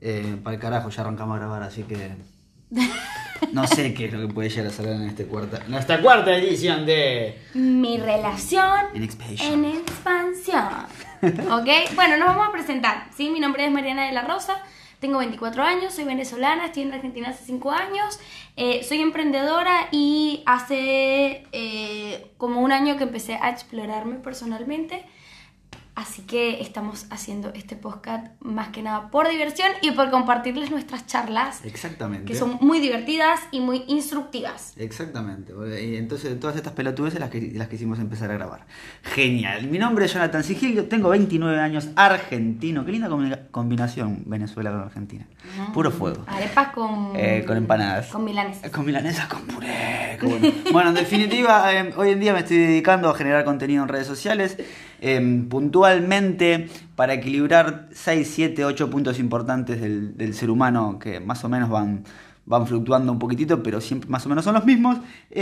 Para el carajo, ya arrancamos a grabar, así que... No sé qué es lo que puede llegar a salir en esta cuarta edición de... Mi relación en expansión. ¿Ok? Bueno, nos vamos a presentar, ¿sí? Mi nombre es Mariana de la Rosa, tengo 24 años, soy venezolana, estoy en Argentina hace 5 años, soy emprendedora y hace como un año que empecé a explorarme personalmente. Así que estamos haciendo este podcast más que nada por diversión y por compartirles nuestras charlas. Exactamente. Que son muy divertidas y muy instructivas. Exactamente. Y entonces todas estas pelotudeces las quisimos empezar a grabar. Genial. Mi nombre es Jonathan Sigilio, tengo 29 años, argentino. Qué linda combinación Venezuela con Argentina. Puro fuego. Arepas con empanadas. Con milanesas. Con milanesas, con puré. Qué bueno. Bueno, en definitiva, hoy en día me estoy dedicando a generar contenido en redes sociales. Puntualmente para equilibrar 6, 7, 8 puntos importantes del ser humano que más o menos van fluctuando un poquitito, pero siempre más o menos son los mismos,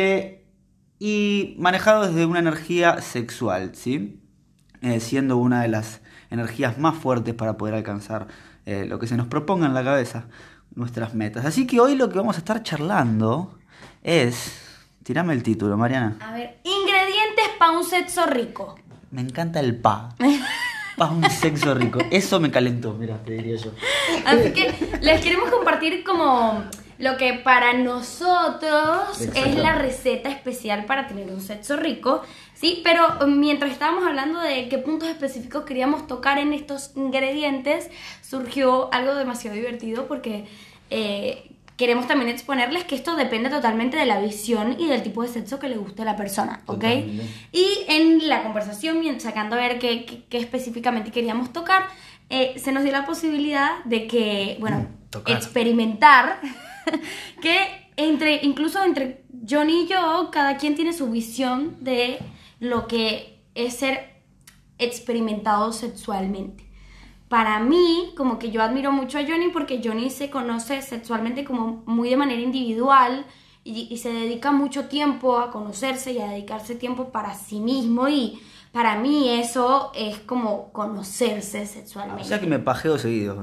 y manejado desde una energía sexual, ¿sí? Siendo una de las energías más fuertes para poder alcanzar lo que se nos proponga en la cabeza, nuestras metas. Así que hoy lo que vamos a estar charlando es... Tirame el título, Mariana. A ver, ingredientes para un sexo rico. Me encanta el pa. Pa un sexo rico. Eso me calentó, mira, te diría yo. Así que les queremos compartir como lo que para nosotros es la receta especial para tener un sexo rico, ¿sí? Pero mientras estábamos hablando de qué puntos específicos queríamos tocar en estos ingredientes, surgió algo demasiado divertido porque... queremos también exponerles que esto depende totalmente de la visión y del tipo de sexo que le guste a la persona, ¿ok? Totalmente. Y en la conversación, sacando a ver qué específicamente queríamos tocar, se nos dio la posibilidad de que, bueno, experimentar que incluso entre Johnny y yo, cada quien tiene su visión de lo que es ser experimentado sexualmente. Para mí, como que yo admiro mucho a Johnny porque Johnny se conoce sexualmente como muy de manera individual y se dedica mucho tiempo a conocerse y a dedicarse tiempo para sí mismo, y para mí eso es como conocerse sexualmente. O sea que me pajeo seguido.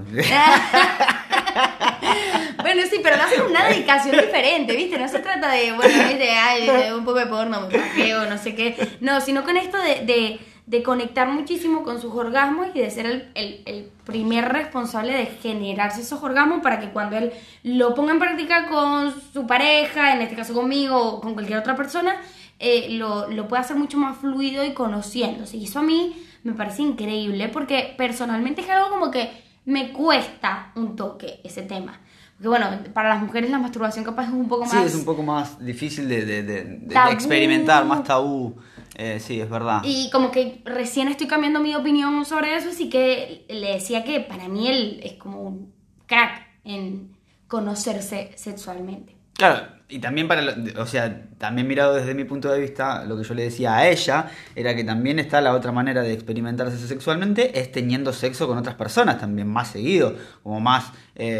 Bueno, sí, pero no haces una dedicación diferente, ¿viste? No se trata de, bueno, de un poco de porno, me pajeo, no sé qué. No, sino con esto de conectar muchísimo con sus orgasmos y de ser el primer responsable de generarse esos orgasmos para que cuando él lo ponga en práctica con su pareja, en este caso conmigo o con cualquier otra persona, lo pueda hacer mucho más fluido y conociéndose. Y eso a mí me parece increíble porque personalmente es algo como que me cuesta un toque ese tema. Porque bueno, para las mujeres la masturbación capaz es un poco más... Sí, es un poco más difícil de experimentar, más tabú. Sí, es verdad. Y como que recién estoy cambiando mi opinión sobre eso, así que le decía que para mí él es como un crack en conocerse sexualmente. Claro, y también también mirado desde mi punto de vista, lo que yo le decía a ella era que también está la otra manera de experimentarse sexualmente, es teniendo sexo con otras personas también, más seguido, como más...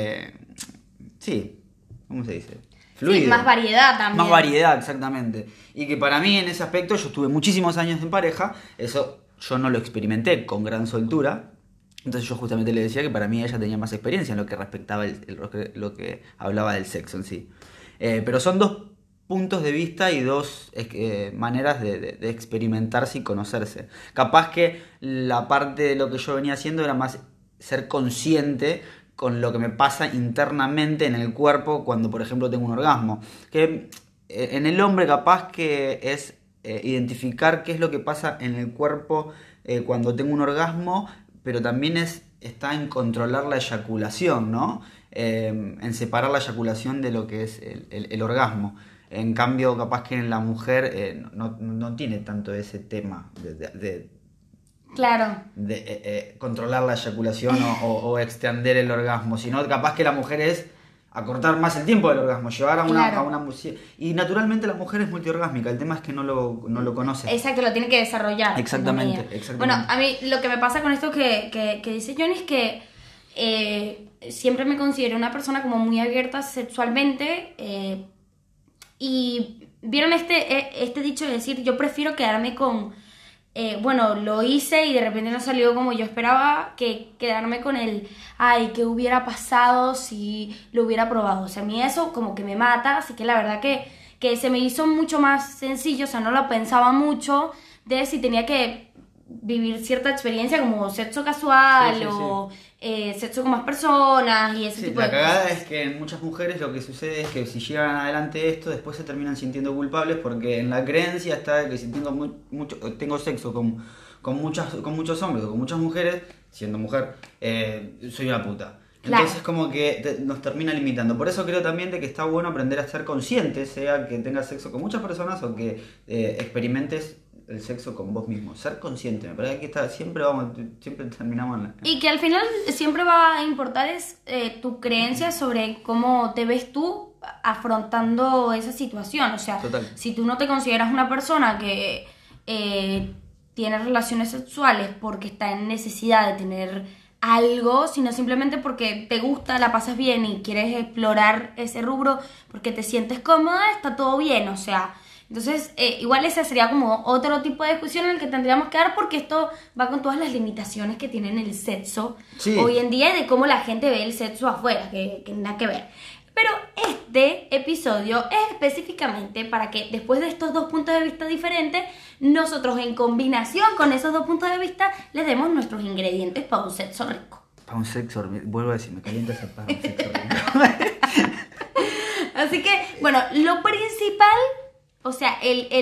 sí, ¿cómo se dice? Fluido. Sí, más variedad también. Más variedad, exactamente. Y que para mí en ese aspecto, yo estuve muchísimos años en pareja, eso yo no lo experimenté con gran soltura. Entonces yo justamente le decía que para mí ella tenía más experiencia en lo que respectaba lo que hablaba del sexo en sí. Pero son dos puntos de vista y dos maneras de experimentarse y conocerse. Capaz que la parte de lo que yo venía haciendo era más ser consciente con lo que me pasa internamente en el cuerpo cuando, por ejemplo, tengo un orgasmo. Que en el hombre capaz que es identificar qué es lo que pasa en el cuerpo cuando tengo un orgasmo, pero también está en controlar la eyaculación, ¿no? En separar la eyaculación de lo que es el orgasmo. En cambio, capaz que en la mujer no tiene tanto ese tema Claro. de controlar la eyaculación o extender el orgasmo, sino capaz que la mujer es acortar más el tiempo del orgasmo, llevar a una y naturalmente la mujer es multiorgásmica, el tema es que no lo conoce. Exacto, lo tiene que desarrollar. Exactamente. Bueno, a mí lo que me pasa con esto que dice Johnny es que siempre me considero una persona como muy abierta sexualmente, y vieron este dicho de decir, yo prefiero quedarme con bueno, lo hice y de repente no salió como yo esperaba, que quedarme con el, ay, ¿qué hubiera pasado si lo hubiera probado? O sea, a mí eso como que me mata, así que la verdad que se me hizo mucho más sencillo, o sea, no lo pensaba mucho de si tenía que vivir cierta experiencia como sexo casual Sí, sí, sí. o sexo con más personas y ese Sí, tipo la de cagada cosas. es que en muchas mujeres lo que sucede es que si llevan adelante esto, después se terminan sintiendo culpables porque en la creencia está de que si tengo mucho, tengo sexo con muchos hombres o con muchas mujeres, siendo mujer, soy una puta. Claro. Entonces como que nos termina limitando. Por eso creo también de que está bueno aprender a ser consciente, sea que tengas sexo con muchas personas o que experimentes el sexo con vos mismo. Ser consciente, me parece que siempre terminamos en la... Y que al final siempre va a importar es tu creencia sobre cómo te ves tú afrontando esa situación. O sea, Total. si tú no te consideras una persona que tiene relaciones sexuales porque está en necesidad de tener algo, sino simplemente porque te gusta, la pasas bien y quieres explorar ese rubro porque te sientes cómoda, está todo bien, o sea... Entonces, igual ese sería como otro tipo de discusión en el que tendríamos que dar porque esto va con todas las limitaciones que tienen el sexo Sí. hoy en día y de cómo la gente ve el sexo afuera, que nada que ver. Pero este episodio es específicamente para que después de estos dos puntos de vista diferentes, nosotros en combinación con esos dos puntos de vista les demos nuestros ingredientes para un sexo rico. Para un sexo, vuelvo a decir, me calienta ese para un sexo rico. Así que, bueno, lo principal, o sea,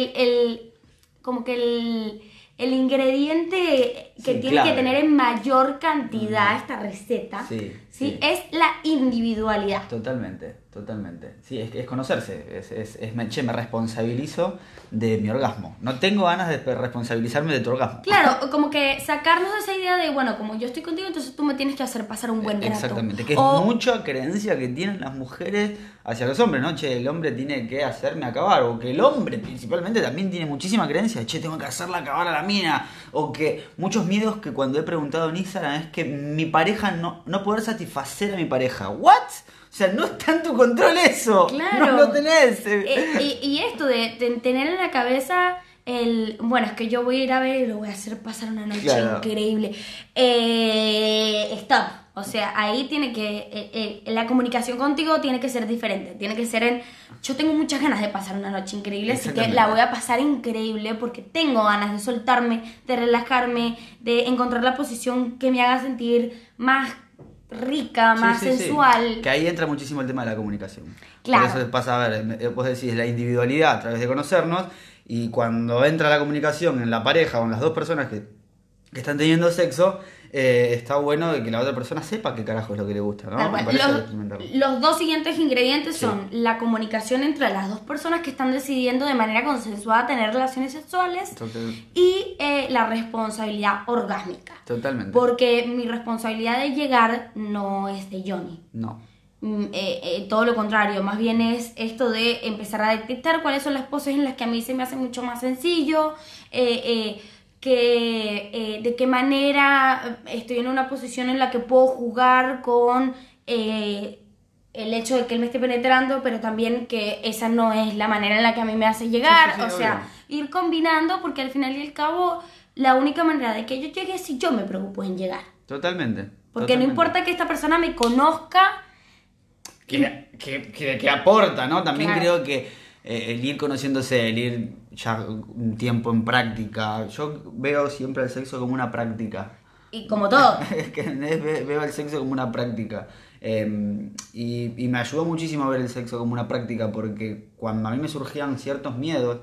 como que el ingrediente que Sí, tiene clave. que tener en mayor cantidad esta receta, Sí, ¿sí? sí. Es la individualidad. Totalmente. Sí, es conocerse. Me responsabilizo de mi orgasmo. No tengo ganas de responsabilizarme de tu orgasmo. Claro, como que sacarnos de esa idea de, bueno, como yo estoy contigo, entonces tú me tienes que hacer pasar un buen rato. Exactamente, que es O- mucha creencia que tienen las mujeres hacia los hombres, ¿no? Che, el hombre tiene que hacerme acabar, o que el hombre principalmente también tiene muchísima creencia, che, tengo que hacerla acabar a la mina, o que muchos miedos que cuando he preguntado en Instagram es que mi pareja no poder satisfacer a mi pareja. ¿What? O sea, no está en tu control eso. Claro. No lo tenés. Y esto de tener en la cabeza bueno, es que yo voy a ir a ver y lo voy a hacer pasar una noche Claro. increíble. Stop. O sea, ahí tiene que, la comunicación contigo tiene que ser diferente. Tiene que ser yo tengo muchas ganas de pasar una noche increíble, así que Exactamente. la voy a pasar increíble porque tengo ganas de soltarme, de relajarme, de encontrar la posición que me haga sentir más rica, más Sí, sí, sí. sensual. Que ahí entra muchísimo el tema de la comunicación. Claro. Por eso pasa, a ver, vos decís la individualidad a través de conocernos, y cuando entra la comunicación en la pareja o en las dos personas que están teniendo sexo, está bueno de que la otra persona sepa qué carajo es lo que le gusta, ¿no? Tal cual. Me parece experimentarlo. Los dos siguientes ingredientes Sí. son la comunicación entre las dos personas que están decidiendo de manera consensuada tener relaciones sexuales y la responsabilidad orgásmica. Totalmente. Porque mi responsabilidad de llegar no es de Johnny. No. Todo lo contrario, más bien es esto de empezar a detectar cuáles son las poses en las que a mí se me hace mucho más sencillo, de qué manera estoy en una posición en la que puedo jugar con el hecho de que él me esté penetrando, pero también que esa no es la manera en la que a mí me hace llegar. Sí, sí, sí, o sea, obvio. ir combinando, porque al final y al cabo la única manera de que yo llegue es si yo me preocupo en llegar. Totalmente. Porque Totalmente. no importa que esta persona me conozca. Que aporta, ¿no? También Claro. creo que el ir conociéndose, el ir ya un tiempo en práctica, yo veo siempre el sexo como una práctica. Y como todo. Es que veo el sexo como una práctica. Y me ayudó muchísimo a ver el sexo como una práctica, porque cuando a mí me surgían ciertos miedos,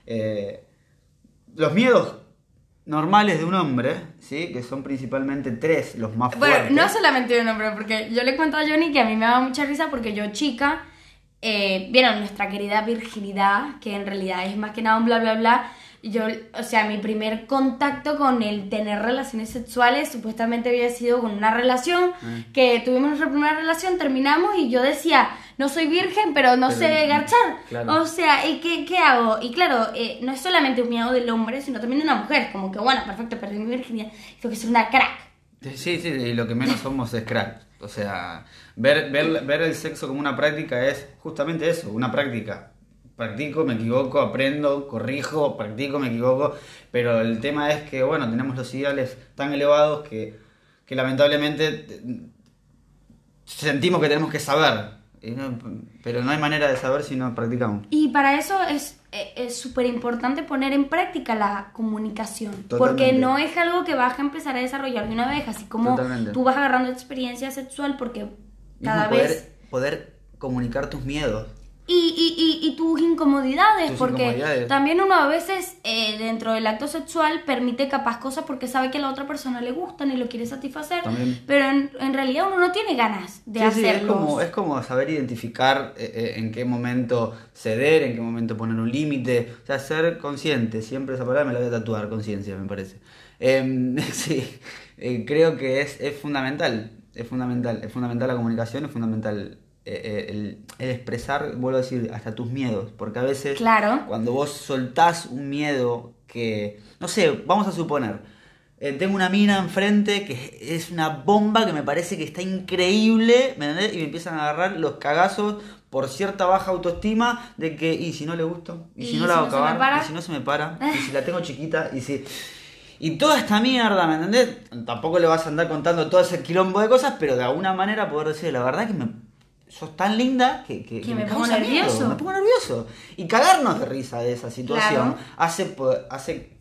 los miedos normales de un hombre, ¿sí? Que son principalmente tres, los más Bueno, fuertes. no solamente de un hombre, porque yo le cuento a Johnny que a mí me daba mucha risa porque yo chica, vieron nuestra querida virginidad, que en realidad es más que nada un bla bla bla. Yo, o sea, mi primer contacto con el tener relaciones sexuales supuestamente había sido con una relación, que tuvimos nuestra primera relación, terminamos y yo decía, no soy virgen, pero no Pero, sé garchar. claro. O sea, ¿y qué hago? Y claro, no es solamente un miedo del hombre, sino también de una mujer, como que bueno, perfecto, perdí mi virginidad, tengo que ser una crack. Sí, sí, y lo que menos somos es crack. O sea, ver el sexo como una práctica es justamente eso, una práctica. practico, me equivoco, aprendo, corrijo, practico, me equivoco, pero el tema es que, bueno, tenemos los ideales tan elevados que lamentablemente sentimos que tenemos que saber, pero no hay manera de saber si no practicamos. Y para eso es súper importante poner en práctica la comunicación. Totalmente. Porque no es algo que vas a empezar a desarrollar de una vez, así como Totalmente. tú vas agarrando experiencia sexual porque cada Mismo vez... poder comunicar tus miedos. Y tus incomodidades, Tus porque incomodidades. también uno a veces dentro del acto sexual permite capaz cosas porque sabe que a la otra persona le gustan y lo quiere satisfacer, También. pero en realidad uno no tiene ganas de Sí, hacerlo. es como saber identificar en qué momento ceder, en qué momento poner un límite, o sea, ser consciente, siempre esa palabra me la voy a tatuar, conciencia, me parece. Sí, creo que es fundamental, es fundamental la comunicación, es fundamental el expresar, vuelvo a decir, hasta tus miedos, porque a veces Claro. cuando vos soltás un miedo que, no sé, vamos a suponer, tengo una mina enfrente que es una bomba que me parece que está increíble, ¿me entendés? Y me empiezan a agarrar los cagazos por cierta baja autoestima de que, y si no le gusto, y si no la hago se me acabar, para. y si no se me para, y si la tengo chiquita, y si... Y toda esta mierda, ¿me entendés? Tampoco le vas a andar contando todo ese quilombo de cosas, pero de alguna manera poder decir, la verdad que sos tan linda que me pongo causa miedo, nervioso. me pongo nervioso. Y cagarnos de risa de esa situación Claro. hace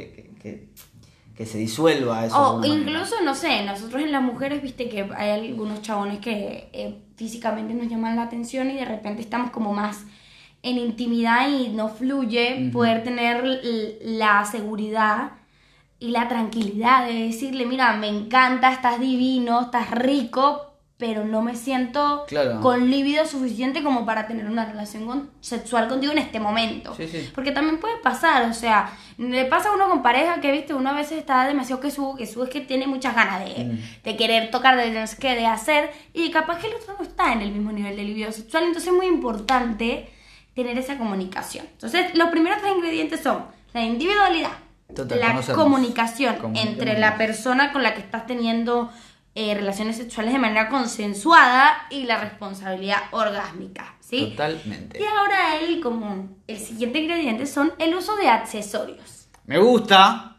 que se disuelva eso. de O alguna manera. incluso, no sé, nosotros en las mujeres, viste que hay algunos chabones que físicamente nos llaman la atención y de repente estamos como más en intimidad y no fluye poder tener la seguridad y la tranquilidad de decirle, mira, me encanta, estás divino, estás rico, pero no me siento Claro. con libido suficiente como para tener una relación sexual contigo en este momento. Sí, sí. Porque también puede pasar, o sea, le pasa a uno con pareja que, viste, uno a veces está demasiado que es que tiene muchas ganas de querer tocar, de no sé qué, de hacer, y capaz que el otro no está en el mismo nivel de libido sexual, entonces es muy importante tener esa comunicación. Entonces, los primeros 3 ingredientes son la individualidad, Total, la conocernos. comunicación Comunicarnos. entre la persona con la que estás teniendo relaciones sexuales de manera consensuada y la responsabilidad orgásmica, ¿sí? Totalmente. Y ahora el siguiente ingrediente son el uso de accesorios, Me gusta.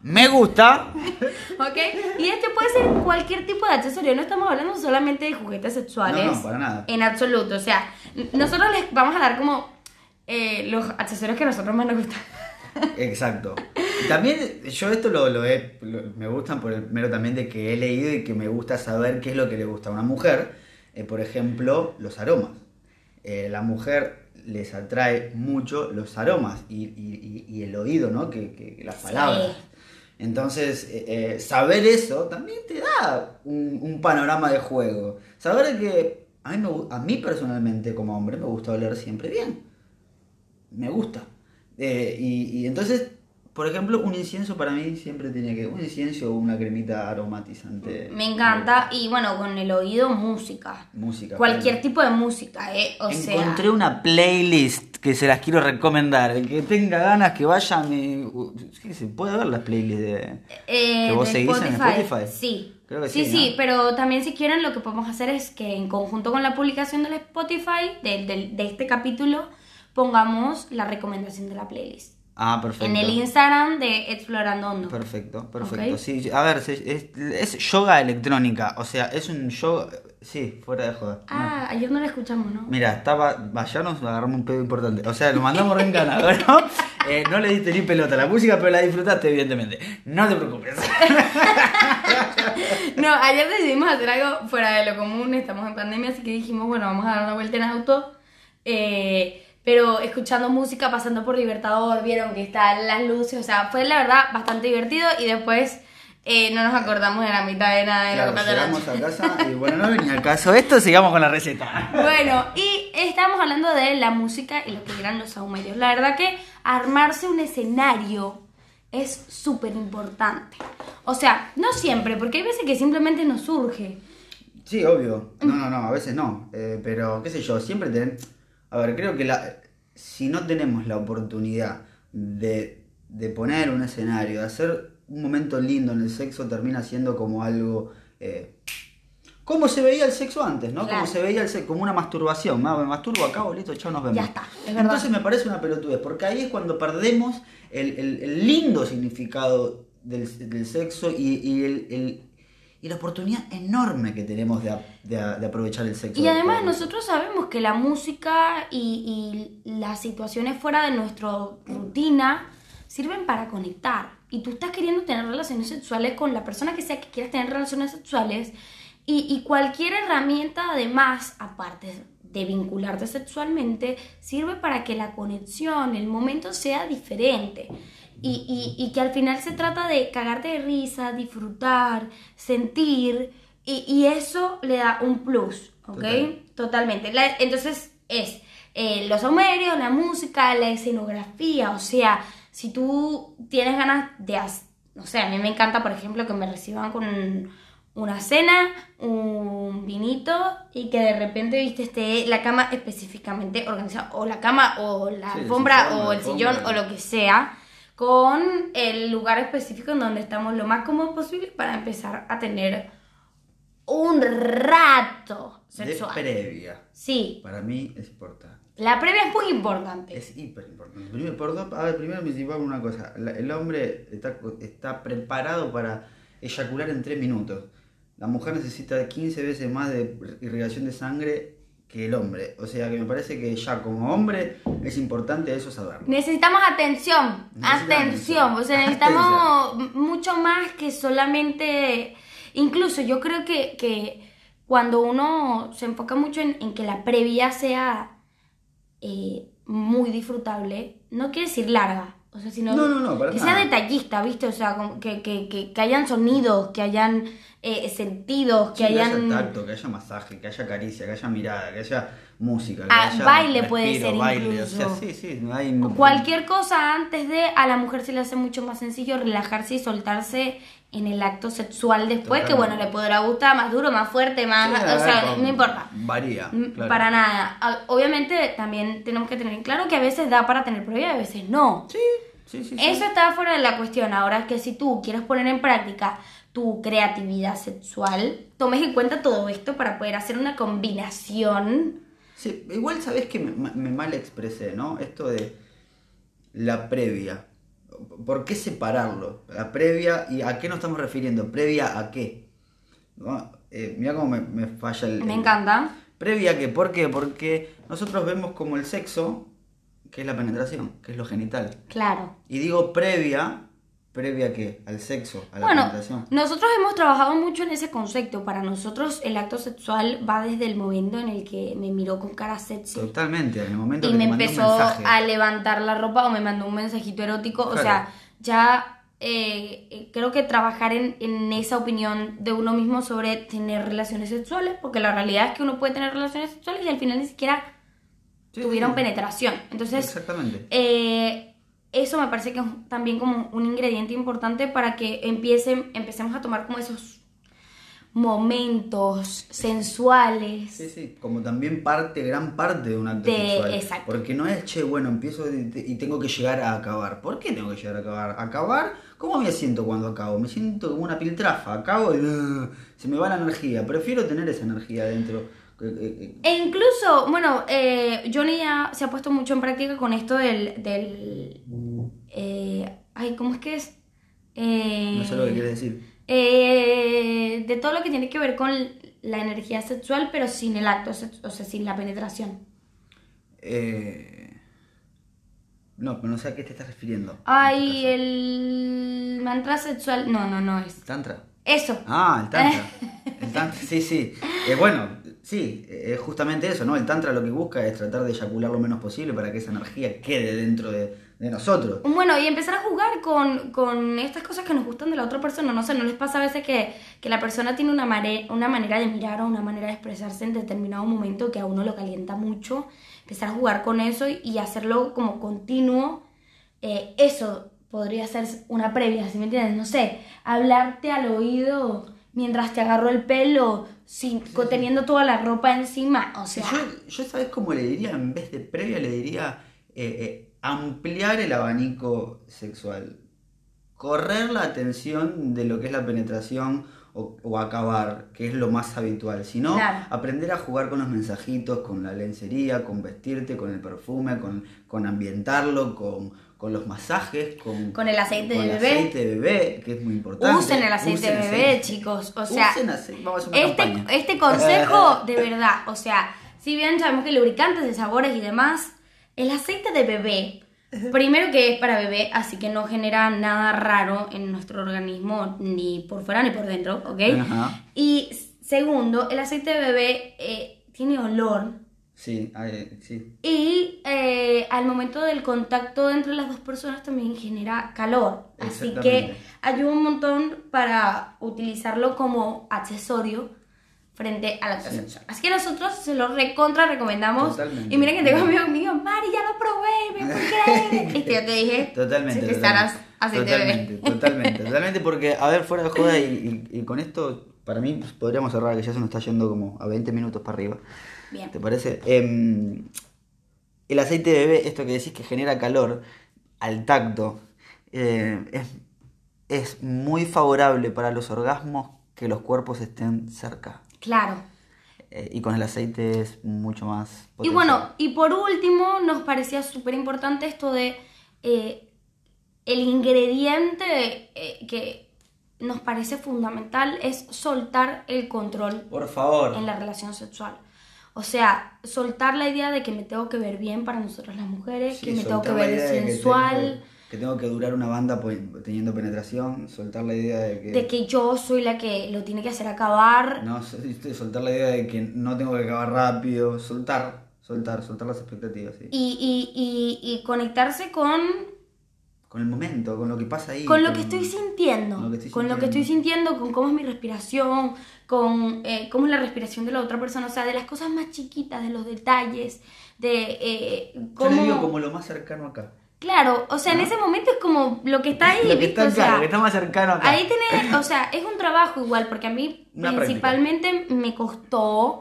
¿ok? Y este puede ser cualquier tipo de accesorio, no estamos hablando solamente de juguetes sexuales. No, para nada. En absoluto, o sea, nosotros les vamos a dar como los accesorios que a nosotros más nos gustan. Exacto. Y también yo esto me gustan por el mero también de que he leído y que me gusta saber qué es lo que le gusta a una mujer. Por ejemplo, los aromas. La mujer les atrae mucho los aromas y el oído, ¿no? Que las palabras. Sí. Entonces, saber eso también te da un panorama de juego. Saber que a mí personalmente como hombre me gusta oler siempre bien. Me gusta. Y entonces, por ejemplo, un incienso para mí siempre tiene que... Un incienso o una cremita aromatizante. Me encanta, y bueno, con el oído, música. Música. Cualquier tipo de música, o Encontré sea... una playlist que se las quiero recomendar. El que tenga ganas que vaya sí, se puede ver las playlists que vos de seguís en Spotify. Sí. Creo que sí, sí, ¿no? pero también si quieren lo que podemos hacer es que en conjunto con la publicación del Spotify, de este capítulo, pongamos la recomendación de la playlist. Ah, perfecto. En el Instagram de Explorando Hondo. Perfecto. Ok. Sí, a ver, es yoga electrónica. O sea, es un yoga... Sí, fuera de joda. Ah, ayer no la escuchamos, ¿no? Mira, ayer nos agarramos un pedo importante. O sea, lo mandamos re encanado, ¿no? No le diste ni pelota a la música, pero la disfrutaste, evidentemente. No te preocupes. No, ayer decidimos hacer algo fuera de lo común, estamos en pandemia, así que dijimos, bueno, vamos a dar una vuelta en auto, pero escuchando música, pasando por Libertador, vieron que están las luces, o sea, fue la verdad bastante divertido y después no nos acordamos de la mitad de nada de Claro, lo que pasó la llegamos noche. a casa y bueno, no venía al caso esto, sigamos con la receta. Bueno, y estábamos hablando de la música y lo que eran los sahumerios. La verdad que armarse un escenario es súper importante. O sea, no siempre, porque hay veces que simplemente nos surge. Sí, obvio. No, a veces no. Pero, qué sé yo, siempre tenemos... A ver, creo que si no tenemos la oportunidad de poner un escenario, de hacer un momento lindo en el sexo, termina siendo como algo cómo se veía el sexo antes, ¿no? Claro. Como se veía el sexo, como una masturbación. Me masturbo acá, bolito, chao, nos vemos. Ya está, es verdad. Entonces me parece una pelotudez, porque ahí es cuando perdemos el lindo significado del sexo y la oportunidad enorme que tenemos de aprovechar el sexo. Y además nosotros sabemos que la música y las situaciones fuera de nuestra rutina sirven para conectar. Y tú estás queriendo tener relaciones sexuales con la persona que sea que quieras tener relaciones sexuales y cualquier herramienta además, aparte de vincularte sexualmente, sirve para que la conexión, el momento sea diferente. Y que al final se trata de cagarte de risa, disfrutar, sentir, y eso le da un plus, ¿ok? Totalmente. Entonces es los saumerios, la música, la escenografía, o sea, si tú tienes ganas de, no sé, a mí me encanta, por ejemplo, que me reciban con una cena, un vinito y que de repente, viste, esté la cama específicamente organizada, o la cama, o la alfombra, o el sillón, o lo que sea, con el lugar específico en donde estamos lo más cómodos posible para empezar a tener un rato sexual. De previa. Sí. Para mí es importante. La previa es muy importante. Es hiper importante. Primero principal una cosa. El hombre está preparado para eyacular en 3 minutos. La mujer necesita 15 veces más de irrigación de sangre que el hombre. O sea que me parece que ya como hombre es importante eso saberlo. Necesitamos atención. O sea, necesitamos mucho más que solamente... Incluso yo creo que cuando uno se enfoca mucho en que la previa sea muy disfrutable, no quiere decir larga, o sea, sino para que nada. sea detallista, ¿viste? O sea, que hayan sonidos, que hayan sentidos, que hayan... haya tacto, que haya masaje, que haya caricia, que haya mirada, que haya música, que Ah, haya baile puede ser baile, incluso. o sea, sí, no hay... Cualquier cosa antes de, a la mujer se le hace mucho más sencillo relajarse y soltarse en el acto sexual después, Totalmente. que bueno, le podrá gustar más duro, más fuerte, más... Sí, o sea, no importa. Varía, claro. Para nada. Obviamente también tenemos que tener en claro que a veces da para tener previa y a veces no. Sí. Eso está fuera de la cuestión. Ahora es que si tú quieres poner en práctica tu creatividad sexual, tomes en cuenta todo esto para poder hacer una combinación. Sí, igual sabés que me mal expresé, ¿no? Esto de la previa. ¿Por qué separarlo? La previa, ¿y a qué nos estamos refiriendo? ¿Previa a qué? ¿No? Mirá cómo me falla el... Me encanta. ¿Previa a qué? ¿Por qué? Porque nosotros vemos como el sexo, que es la penetración, que es lo genital. Claro. Y digo ¿previa a qué? Al sexo, a la penetración. Nosotros hemos trabajado mucho en ese concepto. Para nosotros el acto sexual va desde el momento en el que me miró con cara sexy. Totalmente, en el momento Y que me te mandó empezó un mensaje. a levantar la ropa o me mandó un mensajito erótico. Claro. O sea, ya creo que trabajar en esa opinión de uno mismo sobre tener relaciones sexuales, porque la realidad es que uno puede tener relaciones sexuales y al final ni siquiera tuvieron penetración. Entonces, exactamente. Eso me parece que es también como un ingrediente importante para que empecemos a tomar como esos momentos sensuales. Sí, como también gran parte de un acto sexual. Exacto. Porque no es, bueno, empiezo y tengo que llegar a acabar. ¿Por qué tengo que llegar a acabar? ¿Acabar? ¿Cómo me siento cuando acabo? Me siento como una piltrafa. Acabo y se me va la energía. Prefiero tener esa energía dentro. E incluso, bueno, Johnny ya se ha puesto mucho en práctica con esto ¿cómo es que es? No sé lo que quiere decir. De todo lo que tiene que ver con la energía sexual, pero sin el acto, o sea, sin la penetración. No, pero no sé a qué te estás refiriendo. El mantra sexual, no es. ¿Tantra? Eso. Ah, el tantra. El tantra, sí. Bueno, sí, es justamente eso, ¿no? El tantra lo que busca es tratar de eyacular lo menos posible para que esa energía quede dentro de nosotros. Bueno, y empezar a jugar con estas cosas que nos gustan de la otra persona. No sé, ¿no les pasa a veces que la persona tiene una manera de mirar o una manera de expresarse en determinado momento que a uno lo calienta mucho? Empezar a jugar con eso y hacerlo como continuo. Eso podría ser una previa, ¿sí me entiendes? No sé, hablarte al oído mientras te agarro el pelo, teniendo toda la ropa encima, o sea... Yo ¿sabes cómo le diría? En vez de previa le diría ampliar el abanico sexual. Correr la atención de lo que es la penetración o acabar, que es lo más habitual, sino Claro. aprender a jugar con los mensajitos, con la lencería, con vestirte, con el perfume, con ambientarlo, con los masajes, Con el aceite con de el bebé. aceite de bebé, que es muy importante. Usen el aceite de Usen bebé, aceite. chicos. O sea, Usen aceite. Vamos a hacer una campaña. este consejo, de verdad, o sea, si bien sabemos que lubricantes de sabores y demás, el aceite de bebé, primero que es para bebé, así que no genera nada raro en nuestro organismo, ni por fuera ni por dentro, ¿ok? Ajá. Y segundo, el aceite de bebé tiene olor. Sí, sí. Y al momento del contacto entre las dos personas también genera calor. Así que Exactamente. ayuda un montón para utilizarlo como accesorio frente al acto Sí. sexual. Así que nosotros se lo recontra recomendamos. Totalmente. Y miren que tengo amigos míos, Mari, ya lo probé, me puedo creer. Y yo te dije, Totalmente. si te estarás aceite de totalmente, bebé. totalmente, porque, a ver, fuera de joda y con esto, para mí, pues, podríamos cerrar, que ya se nos está yendo como a 20 minutos para arriba. Bien. ¿Te parece? El aceite de bebé, esto que decís que genera calor al tacto, es muy favorable para los orgasmos que los cuerpos estén cerca. Claro. Y con el aceite es mucho más Y potencial. bueno, y por último, nos parecía súper importante esto de el ingrediente que nos parece fundamental es soltar el control Por favor. en la relación sexual. O sea, soltar la idea de que me tengo que ver bien para nosotros las mujeres, Sí, que me tengo que soltar la ver idea de que sensual, que tengo que durar una banda teniendo penetración, soltar la idea de que yo soy la que lo tiene que hacer acabar. no, soltar la idea de que no tengo que acabar rápido, soltar las expectativas, sí. Y conectarse con Con el momento, con lo que pasa ahí. lo que estoy sintiendo, con lo que estoy sintiendo. con cómo es mi respiración, con cómo es la respiración de la otra persona, o sea, de las cosas más chiquitas, de los detalles, de Yo cómo... le digo como lo más cercano acá. Claro, o sea, en ese momento es como lo que está ahí, Lo que ¿viste? está O acá, sea, lo que está más cercano acá. ahí tenés, o sea, es un trabajo igual, porque a mí Una principalmente me costó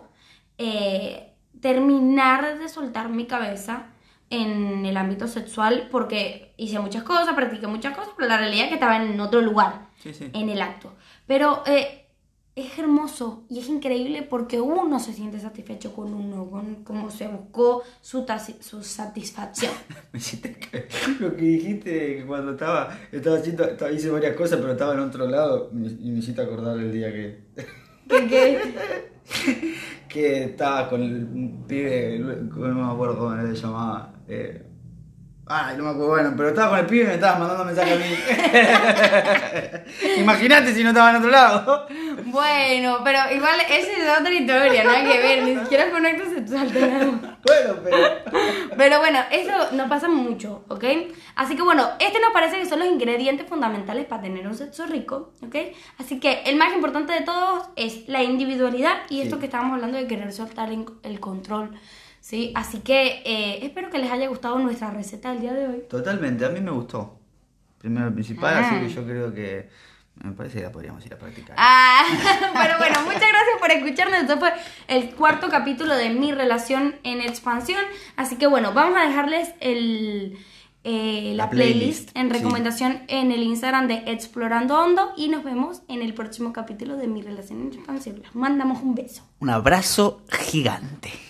terminar de soltar mi cabeza en el ámbito sexual, porque hice muchas cosas, practiqué muchas cosas, pero la realidad es que estaba en otro lugar, Sí, sí. en el acto. Pero es hermoso y es increíble porque uno se siente satisfecho con uno, con cómo se buscó su satisfacción. Me hiciste lo que dijiste que cuando estaba hice varias cosas, pero estaba en otro lado y me hiciste acordar el día que estaba con el pibe, no me acuerdo cómo se llamaba. No me acuerdo, bueno, pero estaba con el pibe y me estaba mandando mensajes a mí. Imagínate si no estaba en otro lado. Bueno, pero igual esa es otra historia, nada que ver, ni siquiera fue un acto sexual. Bueno, Pero bueno, eso no pasa mucho, ¿ok? Así que bueno, nos parece que son los ingredientes fundamentales para tener un sexo rico, ¿ok? Así que el más importante de todos es la individualidad y esto Sí. que estábamos hablando de querer soltar el control, ¿sí? Así que espero que les haya gustado nuestra receta del día de hoy. totalmente, a mí me gustó. Primero y principal, Ah. así que yo creo que me parece que la podríamos ir a practicar. Pero bueno, muchas gracias por escucharnos. Esto fue el 4º capítulo de Mi Relación en Expansión. Así que bueno, vamos a dejarles la playlist en sí. recomendación en el Instagram de Explorando Hondo. Y nos vemos en el próximo capítulo de Mi Relación en Expansión. Les mandamos un beso. Un abrazo gigante.